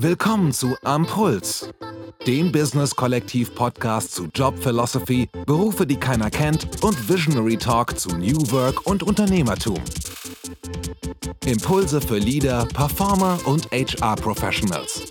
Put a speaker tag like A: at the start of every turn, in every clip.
A: Willkommen zu Am Puls, dem Business-Kollektiv-Podcast zu Job Philosophy, Berufe, die keiner kennt und Visionary Talk zu New Work und Unternehmertum. Impulse für Leader, Performer und HR-Professionals.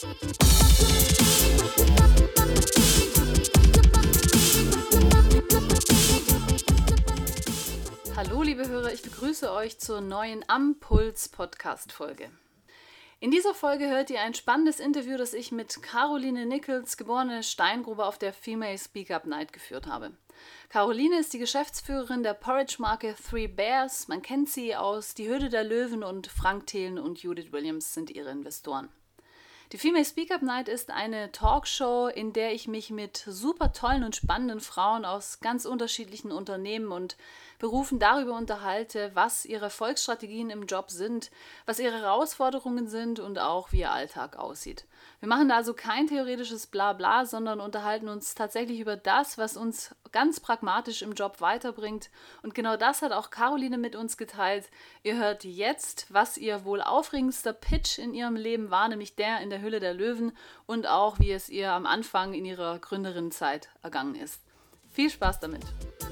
B: Hallo liebe Hörer, ich begrüße euch zur neuen Am Puls Podcast-Folge. In dieser Folge hört ihr ein spannendes Interview, das ich mit Caroline Nichols, geborene Steingruber, auf der Female Speak Up Night geführt habe. Caroline ist die Geschäftsführerin der Porridge-Marke Three Bears. Man kennt sie aus Die Höhle der Löwen und Frank Thelen und Judith Williams sind ihre Investoren. Die Female Speak Up Night ist eine Talkshow, in der ich mich mit super tollen und spannenden Frauen aus ganz unterschiedlichen Unternehmen und Berufen darüber unterhalte, was ihre Erfolgsstrategien im Job sind, was ihre Herausforderungen sind und auch wie ihr Alltag aussieht. Wir machen da also kein theoretisches Blabla, sondern unterhalten uns tatsächlich über das, was uns ganz pragmatisch im Job weiterbringt. Und genau das hat auch Caroline mit uns geteilt. Ihr hört jetzt, was ihr wohl aufregendster Pitch in ihrem Leben war, nämlich der in der Höhle der Löwen, und auch, wie es ihr am Anfang in ihrer Gründerinnenzeit ergangen ist. Viel Spaß damit!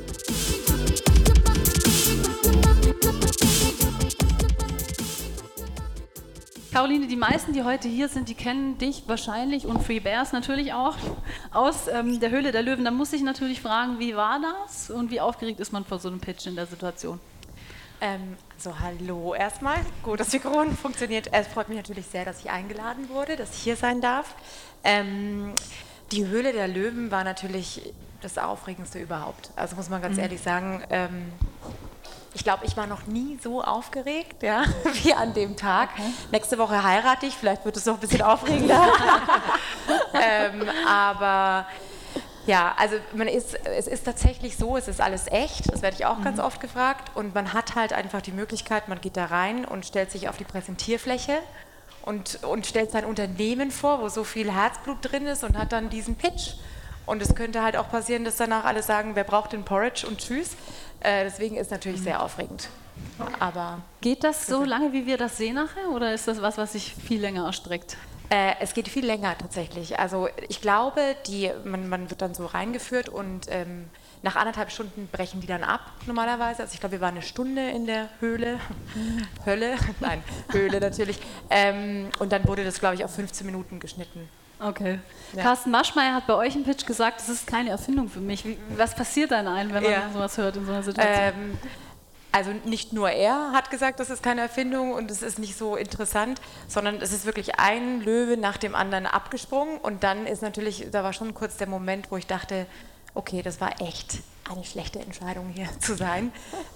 B: Caroline, die meisten, die heute hier sind, die kennen dich wahrscheinlich und Three Bears natürlich auch aus der Höhle der Löwen. Da muss ich natürlich fragen, wie war das und wie aufgeregt ist man vor so einem Pitch in der Situation?
C: Hallo erstmal. Gut, das Mikrofon funktioniert. Es freut mich natürlich sehr, dass ich eingeladen wurde, dass ich hier sein darf. Die Höhle der Löwen war natürlich das Aufregendste überhaupt. Also muss man ganz ehrlich sagen, ich glaube, ich war noch nie so aufgeregt, ja, wie an dem Tag. Okay. Nächste Woche heirate ich, vielleicht wird es noch ein bisschen aufregender. Aber ja, also es ist tatsächlich so, es ist alles echt, das werde ich auch ganz oft gefragt. Und man hat halt einfach die Möglichkeit, man geht da rein und stellt sich auf die Präsentierfläche und stellt sein Unternehmen vor, wo so viel Herzblut drin ist, und hat dann diesen Pitch. Und es könnte halt auch passieren, dass danach alle sagen, wer braucht den Porridge und tschüss. Deswegen ist es natürlich sehr aufregend. Aber
B: geht das so lange, wie wir das sehen nachher, oder ist das was sich viel länger erstreckt?
C: Es geht viel länger tatsächlich. Also ich glaube, man wird dann so reingeführt und nach 1,5 Stunden brechen die dann ab normalerweise. Also ich glaube, wir waren 1 Stunde in der Höhle. Hölle? Nein, Höhle natürlich. Und dann wurde das, glaube ich, auf 15 Minuten geschnitten.
B: Okay. Ja. Carsten Maschmeyer hat bei euch im Pitch gesagt, das ist keine Erfindung für mich. Was passiert dann einem, wenn man sowas hört in so einer Situation?
C: Also nicht nur er hat gesagt, das ist keine Erfindung und es ist nicht so interessant, sondern es ist wirklich ein Löwe nach dem anderen abgesprungen, und dann ist natürlich, da war schon kurz der Moment, wo ich dachte, okay, das war echt eine schlechte Entscheidung, hier zu sein.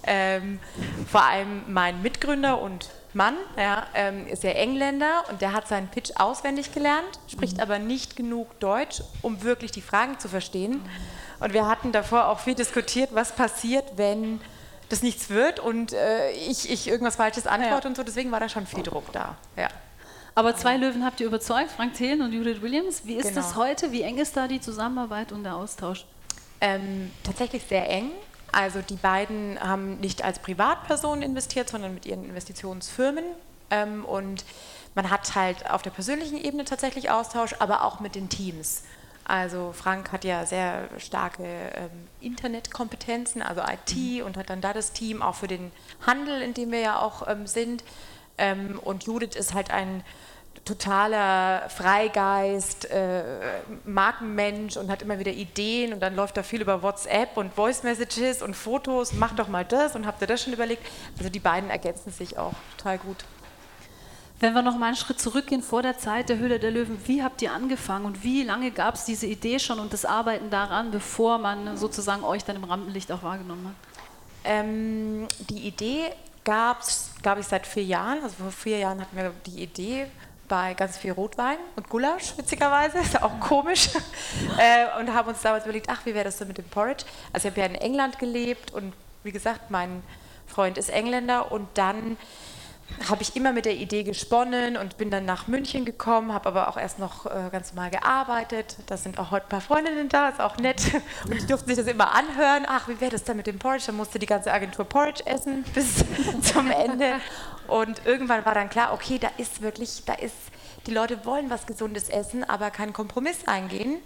C: Vor allem mein Mitgründer und Mann ist ja Engländer, und der hat seinen Pitch auswendig gelernt, spricht aber nicht genug Deutsch, um wirklich die Fragen zu verstehen. Und wir hatten davor auch viel diskutiert, was passiert, wenn das nichts wird und ich irgendwas Falsches antworte und so. Deswegen war da schon viel Druck da. Ja.
B: Aber 2 Löwen habt ihr überzeugt, Frank Thelen und Judith Williams. Wie ist das heute? Wie eng ist da die Zusammenarbeit und der Austausch?
C: Tatsächlich sehr eng. Also die beiden haben nicht als Privatpersonen investiert, sondern mit ihren Investitionsfirmen. Und man hat halt auf der persönlichen Ebene tatsächlich Austausch, aber auch mit den Teams. Also Frank hat ja sehr starke Internetkompetenzen, also IT, und hat dann da das Team auch für den Handel, in dem wir ja auch sind. Und Judith ist halt ein totaler Freigeist, Markenmensch und hat immer wieder Ideen, und dann läuft da viel über WhatsApp und Voice Messages und Fotos, mach doch mal das, und habt ihr das schon überlegt? Also die beiden ergänzen sich auch total gut.
B: Wenn wir noch mal einen Schritt zurückgehen vor der Zeit der Höhle der Löwen, wie habt ihr angefangen und wie lange gab es diese Idee schon und das Arbeiten daran, bevor man sozusagen euch dann im Rampenlicht auch wahrgenommen hat?
C: Die Idee gab es, glaube ich, seit 4 Jahren. Also vor 4 Jahren hatten wir die Idee bei ganz viel Rotwein und Gulasch, witzigerweise, ist auch komisch. Und haben uns damals überlegt, wie wäre das denn mit dem Porridge? Also ich habe ja in England gelebt und wie gesagt, mein Freund ist Engländer, und dann habe ich immer mit der Idee gesponnen und bin dann nach München gekommen, habe aber auch erst noch ganz normal gearbeitet. Da sind auch heute ein paar Freundinnen da, ist auch nett. Und die durften sich das immer anhören. Wie wäre das denn mit dem Porridge? Dann musste die ganze Agentur Porridge essen bis zum Ende. Und irgendwann war dann klar, okay, da ist die Leute wollen was Gesundes essen, aber keinen Kompromiss eingehen.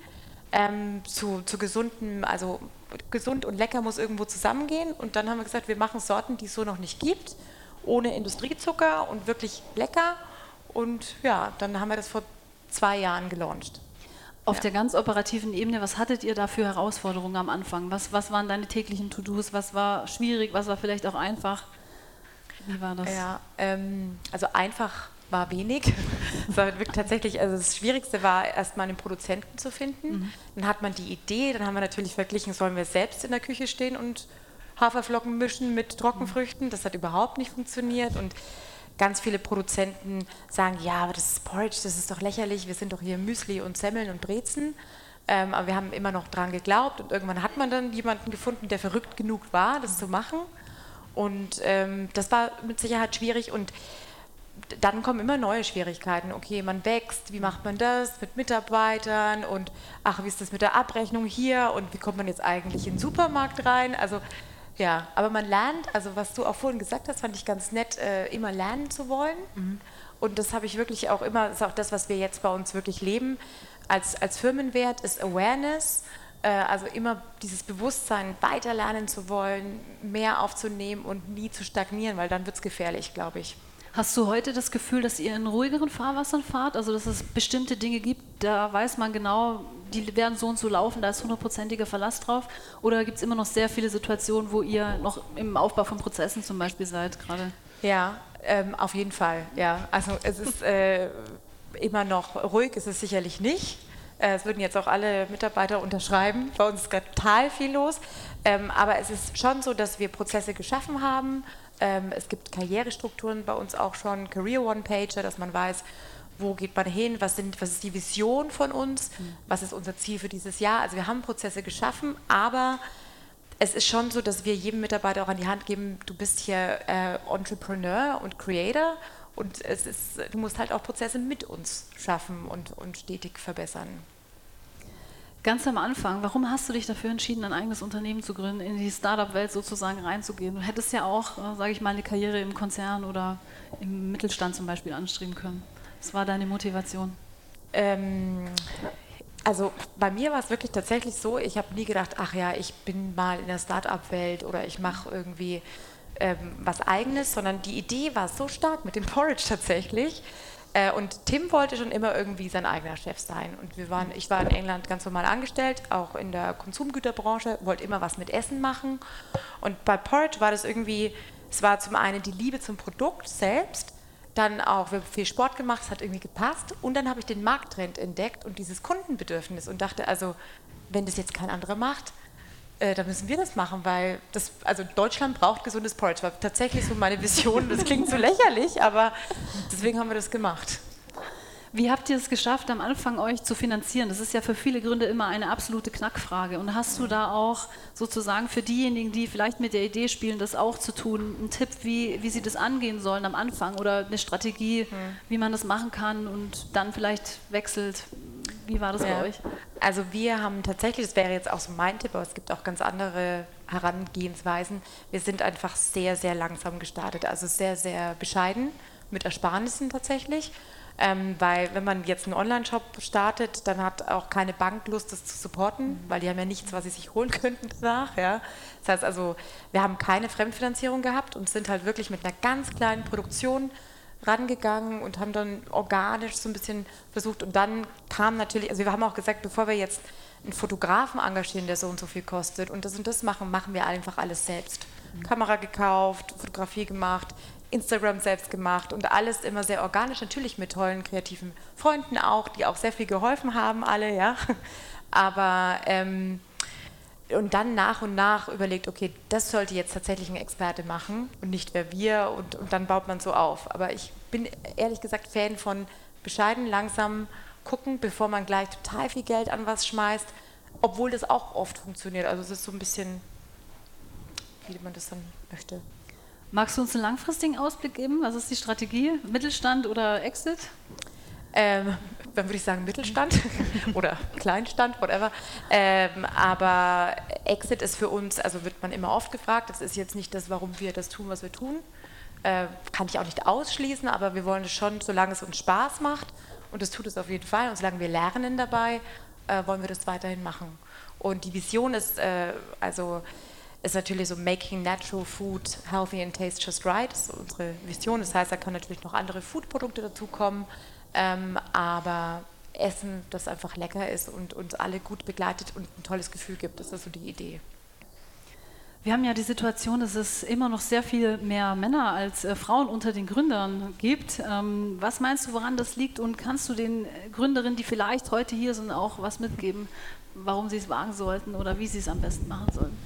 C: Zu gesundem, also gesund und lecker muss irgendwo zusammengehen. Und dann haben wir gesagt, wir machen Sorten, die es so noch nicht gibt, ohne Industriezucker und wirklich lecker. Und ja, dann haben wir das vor 2 Jahren gelauncht.
B: Auf der ganz operativen Ebene, was hattet ihr da für Herausforderungen am Anfang? Was waren deine täglichen To-Dos? Was war schwierig? Was war vielleicht auch einfach? Wie war das?
C: Ja, also einfach war wenig. Es war wirklich tatsächlich, also das Schwierigste war erstmal einen Produzenten zu finden. Dann hat man die Idee, dann haben wir natürlich verglichen, sollen wir selbst in der Küche stehen und Haferflocken mischen mit Trockenfrüchten. Das hat überhaupt nicht funktioniert und ganz viele Produzenten sagen, ja, aber das ist Porridge, das ist doch lächerlich, wir sind doch hier Müsli und Semmeln und Brezen. Aber wir haben immer noch dran geglaubt und irgendwann hat man dann jemanden gefunden, der verrückt genug war, das zu machen. Und das war mit Sicherheit schwierig und dann kommen immer neue Schwierigkeiten. Okay, man wächst, wie macht man das mit Mitarbeitern und ach, wie ist das mit der Abrechnung hier und wie kommt man jetzt eigentlich in den Supermarkt rein? Also ja, aber man lernt, also was du auch vorhin gesagt hast, fand ich ganz nett, immer lernen zu wollen. Und das habe ich wirklich auch immer, das ist auch das, was wir jetzt bei uns wirklich leben, als Firmenwert ist Awareness, also immer dieses Bewusstsein, weiterlernen zu wollen, mehr aufzunehmen und nie zu stagnieren, weil dann wird es gefährlich, glaube ich.
B: Hast du heute das Gefühl, dass ihr in ruhigeren Fahrwassern fahrt? Also dass es bestimmte Dinge gibt, da weiß man genau, die werden so und so laufen, da ist 100%iger Verlass drauf? Oder gibt es immer noch sehr viele Situationen, wo ihr noch im Aufbau von Prozessen zum Beispiel seid gerade?
C: Ja, auf jeden Fall. Ja. Also es ist immer noch ruhig, ist es sicherlich nicht. Es würden jetzt auch alle Mitarbeiter unterschreiben. Bei uns ist gerade total viel los. Aber es ist schon so, dass wir Prozesse geschaffen haben. Es gibt Karrierestrukturen bei uns auch schon, Career One-Pager, dass man weiß, wo geht man hin, was ist die Vision von uns, was ist unser Ziel für dieses Jahr. Also wir haben Prozesse geschaffen, aber es ist schon so, dass wir jedem Mitarbeiter auch an die Hand geben, du bist hier Entrepreneur und Creator und du musst halt auch Prozesse mit uns schaffen und stetig verbessern.
B: Ganz am Anfang, warum hast du dich dafür entschieden, ein eigenes Unternehmen zu gründen, in die Startup-Welt sozusagen reinzugehen? Du hättest ja auch, sage ich mal, eine Karriere im Konzern oder im Mittelstand zum Beispiel anstreben können. Was war deine Motivation?
C: Also bei mir war es wirklich tatsächlich so, ich habe nie gedacht, ach ja, ich bin mal in der Startup-Welt oder ich mache irgendwie was Eigenes, sondern die Idee war so stark mit dem Porridge tatsächlich. Und Tim wollte schon immer irgendwie sein eigener Chef sein. Und ich war in England ganz normal angestellt, auch in der Konsumgüterbranche, wollte immer was mit Essen machen. Und bei Porridge war das irgendwie, es war zum einen die Liebe zum Produkt selbst, dann auch, wir haben viel Sport gemacht, es hat irgendwie gepasst. Und dann habe ich den Markttrend entdeckt und dieses Kundenbedürfnis und dachte, also wenn das jetzt kein anderer macht, da müssen wir das machen, weil also Deutschland braucht gesundes Porridge. War tatsächlich so meine Vision. Das klingt so lächerlich, aber deswegen haben wir das gemacht.
B: Wie habt ihr es geschafft, am Anfang euch zu finanzieren? Das ist ja für viele Gründer immer eine absolute Knackfrage. Und hast du da auch sozusagen für diejenigen, die vielleicht mit der Idee spielen, das auch zu tun, einen Tipp, wie sie das angehen sollen am Anfang oder eine Strategie, wie man das machen kann und dann vielleicht wechselt? Wie war das bei euch?
C: Also wir haben tatsächlich, das wäre jetzt auch so mein Tipp, aber es gibt auch ganz andere Herangehensweisen. Wir sind einfach sehr, sehr langsam gestartet, also sehr, sehr bescheiden, mit Ersparnissen tatsächlich. Weil wenn man jetzt einen Online-Shop startet, dann hat auch keine Bank Lust, das zu supporten, weil die haben ja nichts, was sie sich holen könnten danach. Ja. Das heißt also, wir haben keine Fremdfinanzierung gehabt und sind halt wirklich mit einer ganz kleinen Produktion rangegangen und haben dann organisch so ein bisschen versucht und dann kam natürlich, also wir haben auch gesagt, bevor wir jetzt einen Fotografen engagieren, der so und so viel kostet und das machen wir einfach alles selbst. Kamera gekauft, Fotografie gemacht, Instagram selbst gemacht und alles immer sehr organisch, natürlich mit tollen kreativen Freunden auch, die auch sehr viel geholfen haben, alle, ja. Aber und dann nach und nach überlegt, okay, das sollte jetzt tatsächlich ein Experte machen und nicht wer wir und dann baut man so auf. Aber ich bin ehrlich gesagt Fan von bescheiden, langsam gucken, bevor man gleich total viel Geld an was schmeißt, obwohl das auch oft funktioniert. Also es ist so ein bisschen, wie man das dann möchte.
B: Magst du uns einen langfristigen Ausblick geben? Was ist die Strategie? Mittelstand oder Exit?
C: Dann würde ich sagen Mittelstand oder Kleinstand, whatever. Aber Exit ist für uns, also wird man immer oft gefragt, das ist jetzt nicht das, warum wir das tun, was wir tun. Kann ich auch nicht ausschließen, aber wir wollen es schon, solange es uns Spaß macht und das tut es auf jeden Fall. Und solange wir lernen dabei, wollen wir das weiterhin machen. Und die Vision ist ist natürlich so Making Natural Food Healthy and Taste Just Right. Das ist unsere Vision. Das heißt, da können natürlich noch andere Foodprodukte dazukommen, aber Essen, das einfach lecker ist und uns alle gut begleitet und ein tolles Gefühl gibt. Das ist so die Idee.
B: Wir haben ja die Situation, dass es immer noch sehr viel mehr Männer als Frauen unter den Gründern gibt. Was meinst du, woran das liegt? Und kannst du den Gründerinnen, die vielleicht heute hier sind, auch was mitgeben, warum sie es wagen sollten oder wie sie es am besten machen sollen?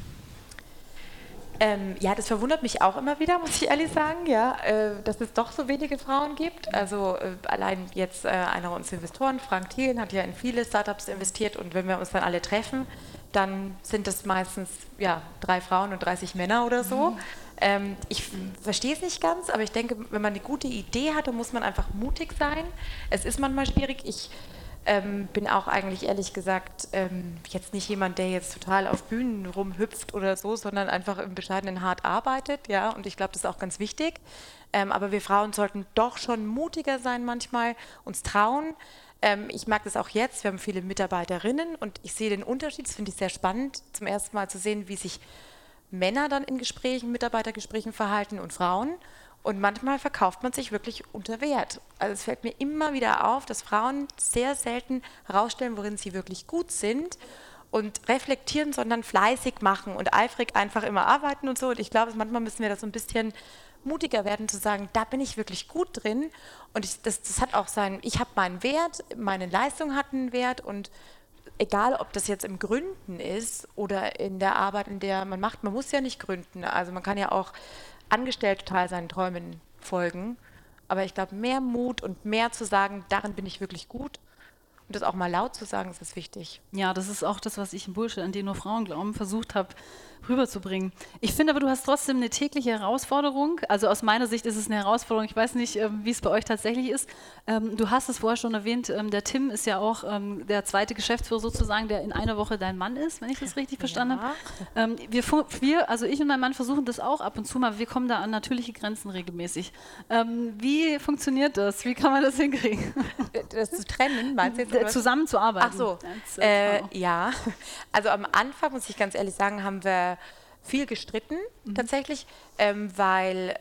C: Ja, das verwundert mich auch immer wieder, muss ich ehrlich sagen, ja, dass es doch so wenige Frauen gibt. Also allein jetzt einer unserer Investoren, Frank Thielen, hat ja in viele Startups investiert und wenn wir uns dann alle treffen, dann sind das meistens 3 Frauen und 30 Männer oder so. Ich verstehe es nicht ganz, aber ich denke, wenn man eine gute Idee hat, dann muss man einfach mutig sein. Es ist manchmal schwierig. Ich bin auch eigentlich ehrlich gesagt jetzt nicht jemand, der jetzt total auf Bühnen rumhüpft oder so, sondern einfach im Bescheidenen hart arbeitet, ja, und ich glaube, das ist auch ganz wichtig. Aber wir Frauen sollten doch schon mutiger sein manchmal, uns trauen. Ich mag das auch jetzt, wir haben viele Mitarbeiterinnen und ich sehe den Unterschied, das finde ich sehr spannend, zum ersten Mal zu sehen, wie sich Männer dann in Gesprächen, Mitarbeitergesprächen verhalten und Frauen. Und manchmal verkauft man sich wirklich unter Wert. Also es fällt mir immer wieder auf, dass Frauen sehr selten herausstellen, worin sie wirklich gut sind und reflektieren, sondern fleißig machen und eifrig einfach immer arbeiten und so. Und ich glaube, manchmal müssen wir da so ein bisschen mutiger werden, zu sagen, da bin ich wirklich gut drin. Und das hat auch ich habe meinen Wert, meine Leistung hat einen Wert und egal, ob das jetzt im Gründen ist oder in der Arbeit, in der man macht, man muss ja nicht gründen. Also man kann ja auch angestellt total seinen Träumen folgen. Aber ich glaube, mehr Mut und mehr zu sagen, darin bin ich wirklich gut. Und das auch mal laut zu sagen, ist wichtig.
B: Ja, das ist auch das, was ich im Bullshit, an den nur Frauen glauben, versucht habe rüberzubringen. Ich finde aber, du hast trotzdem eine tägliche Herausforderung. Also aus meiner Sicht ist es eine Herausforderung. Ich weiß nicht, wie es bei euch tatsächlich ist. Du hast es vorher schon erwähnt, der Tim ist ja auch der zweite Geschäftsführer sozusagen, der in einer Woche dein Mann ist, wenn ich das richtig verstanden habe. Also ich und mein Mann versuchen das auch ab und zu mal. Wir kommen da an natürliche Grenzen regelmäßig. Wie funktioniert das? Wie kann man das hinkriegen?
C: Das zu trennen, meinst du jetzt?
B: Zusammenzuarbeiten.
C: Ach so, ja. Also am Anfang, muss ich ganz ehrlich sagen, haben wir viel gestritten tatsächlich, weil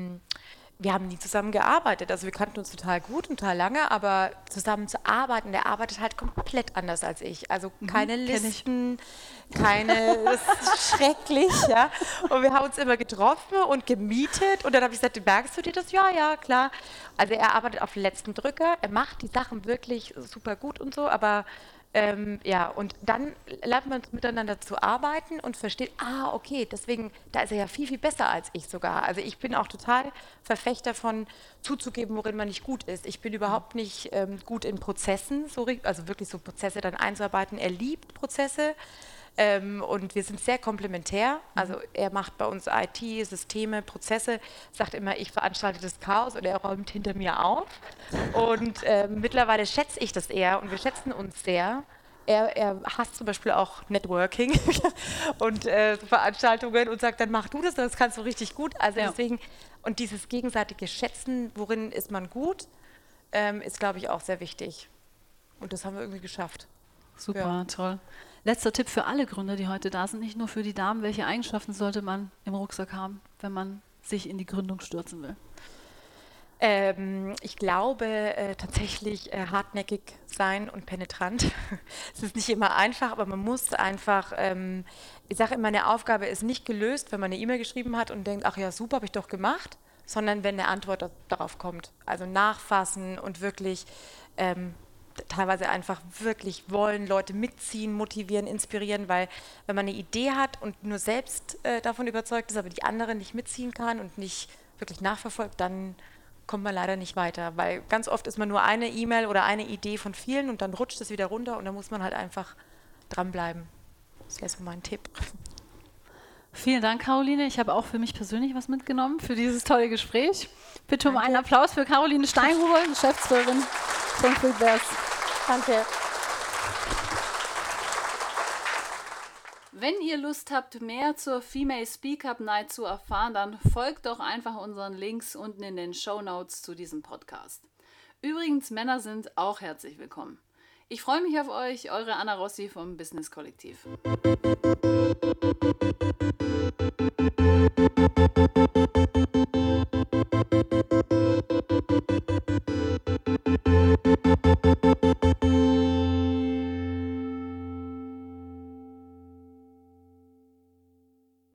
C: wir haben nie zusammen gearbeitet. Also wir kannten uns total gut und total lange, aber zusammen zu arbeiten, der arbeitet halt komplett anders als ich. Also keine Listen, das ist schrecklich, ja. Und wir haben uns immer getroffen und gemietet und dann habe ich gesagt, merkst du dir das? Ja, ja, klar. Also er arbeitet auf den letzten Drücker, er macht die Sachen wirklich super gut und so, aber und dann lernt man miteinander zu arbeiten und versteht, okay, deswegen, da ist er ja viel, viel besser als ich sogar. Also ich bin auch total Verfechter von zuzugeben, worin man nicht gut ist. Ich bin überhaupt nicht gut in Prozessen, also wirklich so Prozesse dann einzuarbeiten. Er liebt Prozesse und wir sind sehr komplementär. Also er macht bei uns IT, Systeme, Prozesse, sagt immer, ich veranstalte das Chaos und er räumt hinter mir auf. Und mittlerweile schätze ich das eher und wir schätzen uns sehr. Er hasst zum Beispiel auch Networking und Veranstaltungen und sagt, dann mach du das kannst du richtig gut. Also deswegen, und dieses gegenseitige Schätzen, worin ist man gut, ist, glaube ich, auch sehr wichtig. Und das haben wir irgendwie geschafft.
B: Super, toll. Letzter Tipp für alle Gründer, die heute da sind, nicht nur für die Damen. Welche Eigenschaften sollte man im Rucksack haben, wenn man sich in die Gründung stürzen will?
C: Ich glaube tatsächlich hartnäckig sein und penetrant. Es ist nicht immer einfach, aber man muss einfach, ich sage immer, eine Aufgabe ist nicht gelöst, wenn man eine E-Mail geschrieben hat und denkt, ach ja, super, habe ich doch gemacht, sondern wenn eine Antwort darauf kommt. Also nachfassen und wirklich teilweise einfach wirklich wollen, Leute mitziehen, motivieren, inspirieren, weil wenn man eine Idee hat und nur selbst davon überzeugt ist, aber die anderen nicht mitziehen kann und nicht wirklich nachverfolgt, dann kommt man leider nicht weiter, weil ganz oft ist man nur eine E-Mail oder eine Idee von vielen und dann rutscht es wieder runter und dann muss man halt einfach dranbleiben. Das wäre so mein Tipp.
B: Vielen Dank, Caroline. Ich habe auch für mich persönlich was mitgenommen für dieses tolle Gespräch. Bitte um einen Applaus für Caroline Steingruber, Geschäftsführerin von Fruitbears.
C: Danke.
B: Wenn ihr Lust habt, mehr zur Female Speak Up Night zu erfahren, dann folgt doch einfach unseren Links unten in den Shownotes zu diesem Podcast. Übrigens, Männer sind auch herzlich willkommen. Ich freue mich auf euch, eure Anna Rossi vom Business Kollektiv.